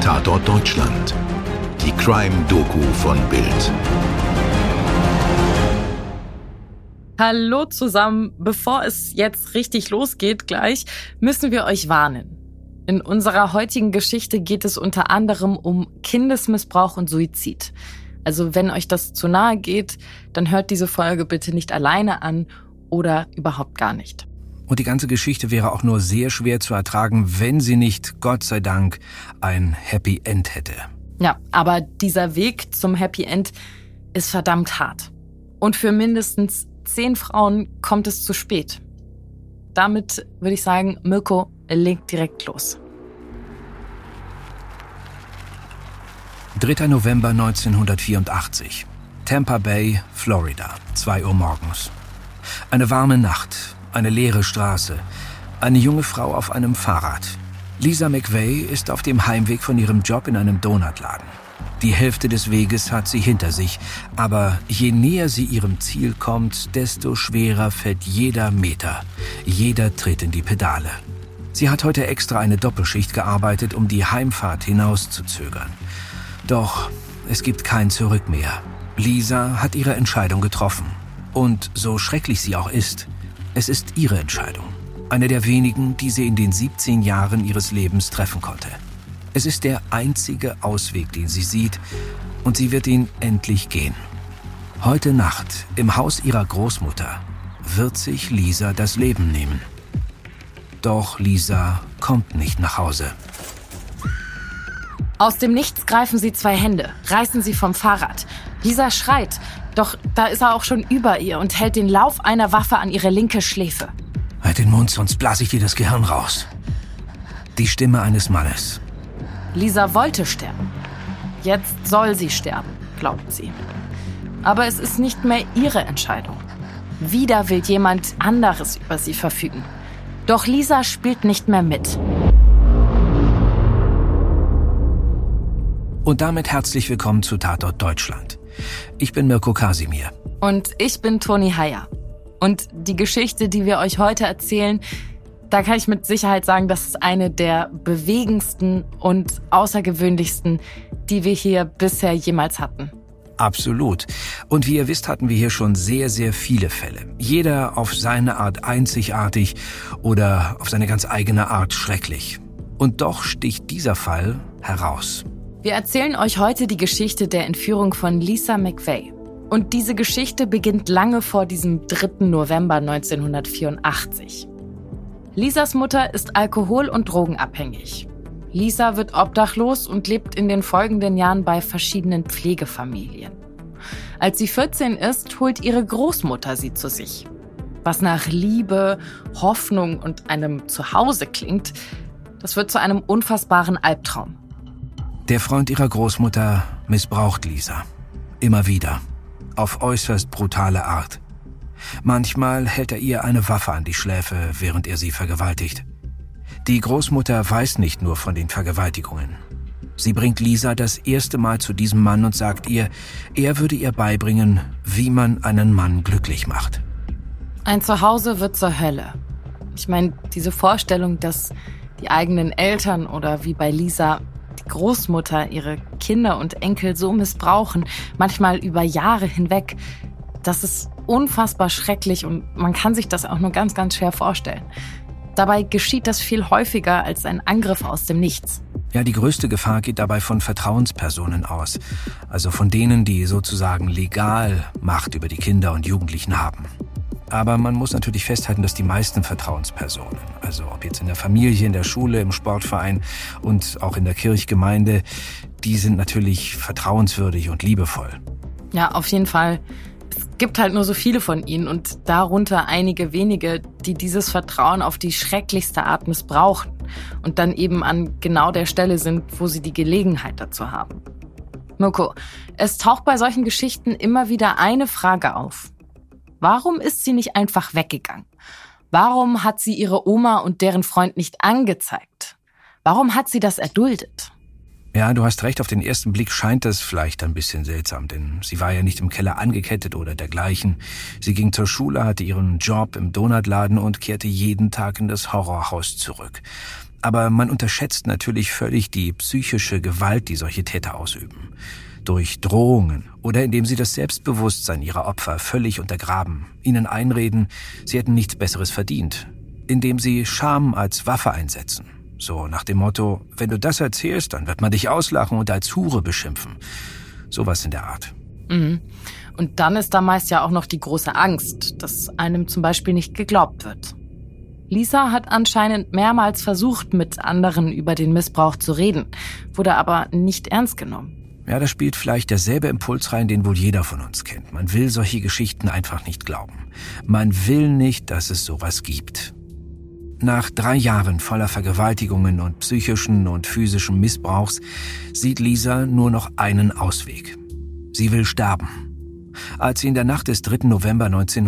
Tatort Deutschland. Die Crime-Doku von Bild. Hallo zusammen. Bevor es jetzt richtig losgeht gleich, müssen wir euch warnen. In unserer heutigen Geschichte geht es unter anderem um Kindesmissbrauch und Suizid. Also wenn euch das zu nahe geht, dann hört diese Folge bitte nicht alleine an oder überhaupt gar nicht. Und die ganze Geschichte wäre auch nur sehr schwer zu ertragen, wenn sie nicht, Gott sei Dank, ein Happy End hätte. Ja, aber dieser Weg zum Happy End ist verdammt hart. Und für mindestens 10 Frauen kommt es zu spät. Damit würde ich sagen, Mirko, legt direkt los. 3. November 1984. Tampa Bay, Florida, 2 Uhr morgens. Eine warme Nacht, eine leere Straße, eine junge Frau auf einem Fahrrad. Lisa McVey ist auf dem Heimweg von ihrem Job in einem Donutladen. Die Hälfte des Weges hat sie hinter sich, aber je näher sie ihrem Ziel kommt, desto schwerer fällt jeder Meter, jeder Tritt in die Pedale. Sie hat heute extra eine Doppelschicht gearbeitet, um die Heimfahrt hinauszuzögern. Doch es gibt kein Zurück mehr. Lisa hat ihre Entscheidung getroffen. Und so schrecklich sie auch ist, es ist ihre Entscheidung. Eine der wenigen, die sie in den 17 Jahren ihres Lebens treffen konnte. Es ist der einzige Ausweg, den sie sieht, und sie wird ihn endlich gehen. Heute Nacht, im Haus ihrer Großmutter, wird sich Lisa das Leben nehmen. Doch Lisa kommt nicht nach Hause. Aus dem Nichts greifen sie 2 Hände, reißen sie vom Fahrrad. Lisa schreit, doch da ist er auch schon über ihr und hält den Lauf einer Waffe an ihre linke Schläfe. Halt den Mund, sonst blase ich dir das Gehirn raus. Die Stimme eines Mannes. Lisa wollte sterben. Jetzt soll sie sterben, glaubt sie. Aber es ist nicht mehr ihre Entscheidung. Wieder will jemand anderes über sie verfügen. Doch Lisa spielt nicht mehr mit. Und damit herzlich willkommen zu Tatort Deutschland. Ich bin Mirko Kasimir. Und ich bin Toni Heyer. Und die Geschichte, die wir euch heute erzählen, da kann ich mit Sicherheit sagen, das ist eine der bewegendsten und außergewöhnlichsten, die wir hier bisher jemals hatten. Absolut. Und wie ihr wisst, hatten wir hier schon sehr, sehr viele Fälle. Jeder auf seine Art einzigartig oder auf seine ganz eigene Art schrecklich. Und doch sticht dieser Fall heraus. Wir erzählen euch heute die Geschichte der Entführung von Lisa McVey. Und diese Geschichte beginnt lange vor diesem 3. November 1984. Lisas Mutter ist alkohol- und drogenabhängig. Lisa wird obdachlos und lebt in den folgenden Jahren bei verschiedenen Pflegefamilien. Als sie 14 ist, holt ihre Großmutter sie zu sich. Was nach Liebe, Hoffnung und einem Zuhause klingt, das wird zu einem unfassbaren Albtraum. Der Freund ihrer Großmutter missbraucht Lisa. Immer wieder. Auf äußerst brutale Art. Manchmal hält er ihr eine Waffe an die Schläfe, während er sie vergewaltigt. Die Großmutter weiß nicht nur von den Vergewaltigungen. Sie bringt Lisa das erste Mal zu diesem Mann und sagt ihr, er würde ihr beibringen, wie man einen Mann glücklich macht. Ein Zuhause wird zur Hölle. Ich meine, diese Vorstellung, dass die eigenen Eltern oder wie bei Lisa die Großmutter ihre Kinder und Enkel so missbrauchen, manchmal über Jahre hinweg, das ist unfassbar schrecklich und man kann sich das auch nur ganz, ganz schwer vorstellen. Dabei geschieht das viel häufiger als ein Angriff aus dem Nichts. Ja, die größte Gefahr geht dabei von Vertrauenspersonen aus. Also von denen, die sozusagen legal Macht über die Kinder und Jugendlichen haben. Aber man muss natürlich festhalten, dass die meisten Vertrauenspersonen, also ob jetzt in der Familie, in der Schule, im Sportverein und auch in der Kirchgemeinde, die sind natürlich vertrauenswürdig und liebevoll. Ja, auf jeden Fall. Es gibt halt nur so viele von ihnen und darunter einige wenige, die dieses Vertrauen auf die schrecklichste Art missbrauchen und dann eben an genau der Stelle sind, wo sie die Gelegenheit dazu haben. Mirko, es taucht bei solchen Geschichten immer wieder eine Frage auf. Warum ist sie nicht einfach weggegangen? Warum hat sie ihre Oma und deren Freund nicht angezeigt? Warum hat sie das erduldet? Ja, du hast recht, auf den ersten Blick scheint das vielleicht ein bisschen seltsam, denn sie war ja nicht im Keller angekettet oder dergleichen. Sie ging zur Schule, hatte ihren Job im Donutladen und kehrte jeden Tag in das Horrorhaus zurück. Aber man unterschätzt natürlich völlig die psychische Gewalt, die solche Täter ausüben. Durch Drohungen oder indem sie das Selbstbewusstsein ihrer Opfer völlig untergraben, ihnen einreden, sie hätten nichts Besseres verdient, indem sie Scham als Waffe einsetzen. So nach dem Motto, wenn du das erzählst, dann wird man dich auslachen und als Hure beschimpfen. Sowas in der Art. Mhm. Und dann ist da meist ja auch noch die große Angst, dass einem zum Beispiel nicht geglaubt wird. Lisa hat anscheinend mehrmals versucht, mit anderen über den Missbrauch zu reden, wurde aber nicht ernst genommen. Ja, da spielt vielleicht derselbe Impuls rein, den wohl jeder von uns kennt. Man will solche Geschichten einfach nicht glauben. Man will nicht, dass es sowas gibt. Nach 3 Jahren voller Vergewaltigungen und psychischen und physischen Missbrauchs sieht Lisa nur noch einen Ausweg. Sie will sterben. Als sie in der Nacht des 3. November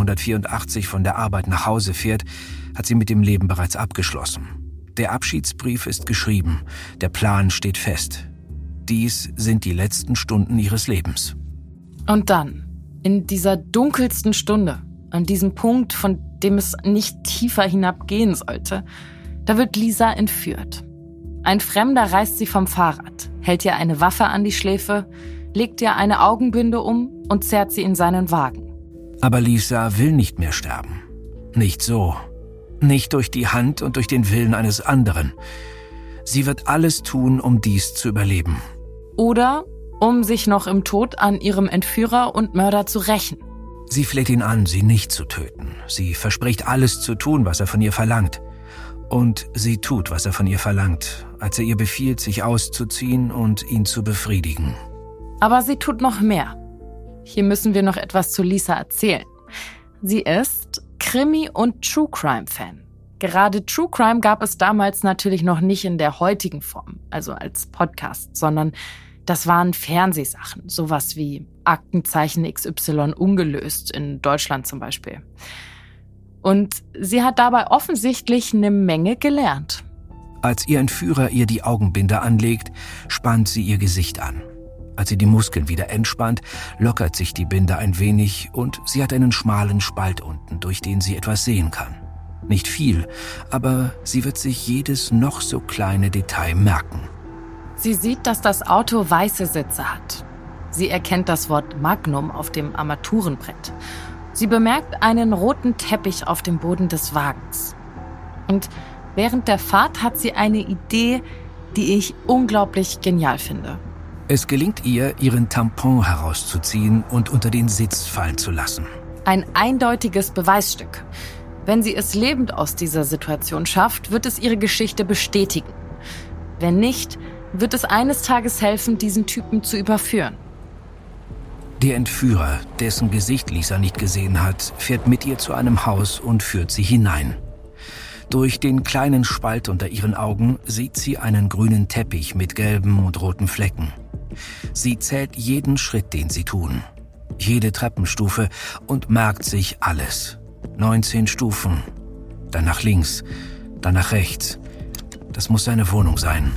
1984 von der Arbeit nach Hause fährt, hat sie mit dem Leben bereits abgeschlossen. Der Abschiedsbrief ist geschrieben, der Plan steht fest. Dies sind die letzten Stunden ihres Lebens. Und dann, in dieser dunkelsten Stunde, an diesem Punkt, von dem es nicht tiefer hinabgehen sollte, da wird Lisa entführt. Ein Fremder reißt sie vom Fahrrad, hält ihr eine Waffe an die Schläfe, legt ihr eine Augenbinde um und zerrt sie in seinen Wagen. Aber Lisa will nicht mehr sterben. Nicht so. Nicht durch die Hand und durch den Willen eines anderen. Sie wird alles tun, um dies zu überleben. Oder um sich noch im Tod an ihrem Entführer und Mörder zu rächen. Sie fleht ihn an, sie nicht zu töten. Sie verspricht, alles zu tun, was er von ihr verlangt. Und sie tut, was er von ihr verlangt, als er ihr befiehlt, sich auszuziehen und ihn zu befriedigen. Aber sie tut noch mehr. Hier müssen wir noch etwas zu Lisa erzählen. Sie ist Krimi- und True-Crime-Fan. Gerade True Crime gab es damals natürlich noch nicht in der heutigen Form, also als Podcast, sondern das waren Fernsehsachen, sowas wie Aktenzeichen XY ungelöst in Deutschland zum Beispiel. Und sie hat dabei offensichtlich eine Menge gelernt. Als ihr Entführer ihr die Augenbinde anlegt, spannt sie ihr Gesicht an. Als sie die Muskeln wieder entspannt, lockert sich die Binde ein wenig und sie hat einen schmalen Spalt unten, durch den sie etwas sehen kann. Nicht viel, aber sie wird sich jedes noch so kleine Detail merken. Sie sieht, dass das Auto weiße Sitze hat. Sie erkennt das Wort Magnum auf dem Armaturenbrett. Sie bemerkt einen roten Teppich auf dem Boden des Wagens. Und während der Fahrt hat sie eine Idee, die ich unglaublich genial finde. Es gelingt ihr, ihren Tampon herauszuziehen und unter den Sitz fallen zu lassen. Ein eindeutiges Beweisstück. Wenn sie es lebend aus dieser Situation schafft, wird es ihre Geschichte bestätigen. Wenn nicht, wird es eines Tages helfen, diesen Typen zu überführen. Der Entführer, dessen Gesicht Lisa nicht gesehen hat, fährt mit ihr zu einem Haus und führt sie hinein. Durch den kleinen Spalt unter ihren Augen sieht sie einen grünen Teppich mit gelben und roten Flecken. Sie zählt jeden Schritt, den sie tun, jede Treppenstufe und merkt sich alles. 19 Stufen, dann nach links, dann nach rechts. Das muss seine Wohnung sein.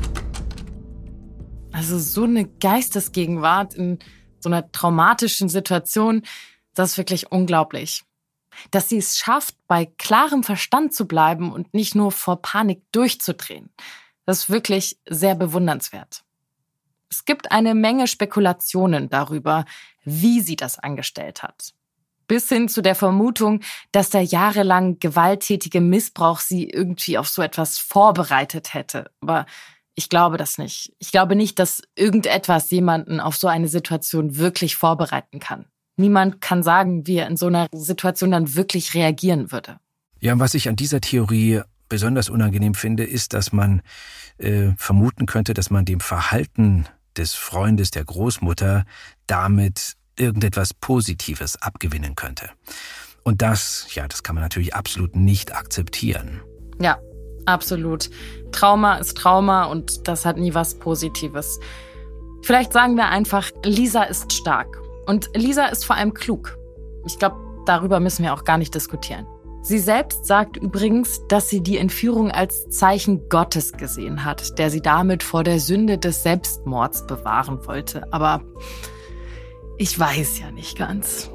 Also so eine Geistesgegenwart in so einer traumatischen Situation, das ist wirklich unglaublich. Dass sie es schafft, bei klarem Verstand zu bleiben und nicht nur vor Panik durchzudrehen, das ist wirklich sehr bewundernswert. Es gibt eine Menge Spekulationen darüber, wie sie das angestellt hat. Bis hin zu der Vermutung, dass der jahrelang gewalttätige Missbrauch sie irgendwie auf so etwas vorbereitet hätte. Aber ich glaube das nicht. Ich glaube nicht, dass irgendetwas jemanden auf so eine Situation wirklich vorbereiten kann. Niemand kann sagen, wie er in so einer Situation dann wirklich reagieren würde. Ja, was ich an dieser Theorie besonders unangenehm finde, ist, dass man vermuten könnte, dass man dem Verhalten des Freundes der Großmutter damit irgendetwas Positives abgewinnen könnte. Und das kann man natürlich absolut nicht akzeptieren. Ja, absolut. Trauma ist Trauma und das hat nie was Positives. Vielleicht sagen wir einfach, Lisa ist stark. Und Lisa ist vor allem klug. Ich glaube, darüber müssen wir auch gar nicht diskutieren. Sie selbst sagt übrigens, dass sie die Entführung als Zeichen Gottes gesehen hat, der sie damit vor der Sünde des Selbstmords bewahren wollte. Aber ich weiß ja nicht ganz.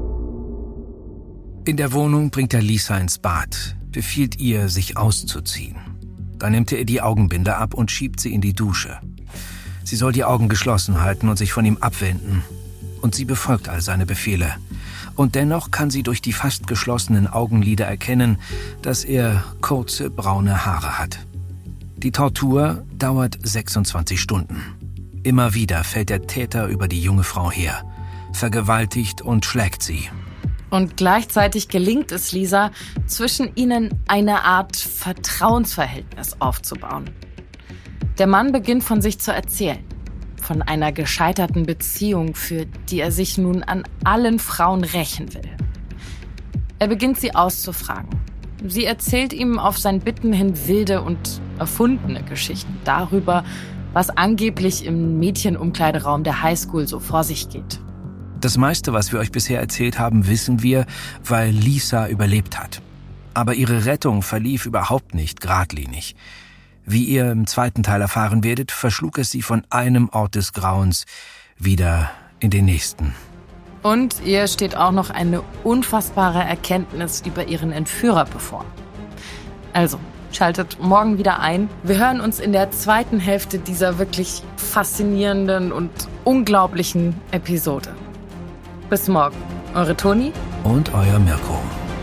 In der Wohnung bringt er Lisa ins Bad, befiehlt ihr, sich auszuziehen. Dann nimmt er ihr die Augenbinde ab und schiebt sie in die Dusche. Sie soll die Augen geschlossen halten und sich von ihm abwenden. Und sie befolgt all seine Befehle. Und dennoch kann sie durch die fast geschlossenen Augenlider erkennen, dass er kurze braune Haare hat. Die Tortur dauert 26 Stunden. Immer wieder fällt der Täter über die junge Frau her, vergewaltigt und schlägt sie. Und gleichzeitig gelingt es Lisa, zwischen ihnen eine Art Vertrauensverhältnis aufzubauen. Der Mann beginnt von sich zu erzählen. Von einer gescheiterten Beziehung, für die er sich nun an allen Frauen rächen will. Er beginnt sie auszufragen. Sie erzählt ihm auf sein Bitten hin wilde und erfundene Geschichten darüber, was angeblich im Mädchenumkleideraum der Highschool so vor sich geht. Das meiste, was wir euch bisher erzählt haben, wissen wir, weil Lisa überlebt hat. Aber ihre Rettung verlief überhaupt nicht geradlinig. Wie ihr im zweiten Teil erfahren werdet, verschlug es sie von einem Ort des Grauens wieder in den nächsten. Und ihr steht auch noch eine unfassbare Erkenntnis über ihren Entführer bevor. Also, schaltet morgen wieder ein. Wir hören uns in der zweiten Hälfte dieser wirklich faszinierenden und unglaublichen Episode. Bis morgen. Eure Toni und euer Mirko.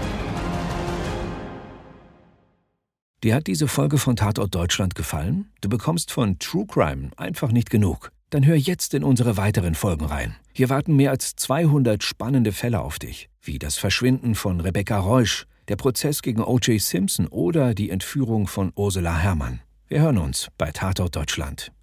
Dir hat diese Folge von Tatort Deutschland gefallen? Du bekommst von True Crime einfach nicht genug. Dann hör jetzt in unsere weiteren Folgen rein. Hier warten mehr als 200 spannende Fälle auf dich, wie das Verschwinden von Rebecca Reusch, der Prozess gegen O.J. Simpson oder die Entführung von Ursula Herrmann. Wir hören uns bei Tatort Deutschland.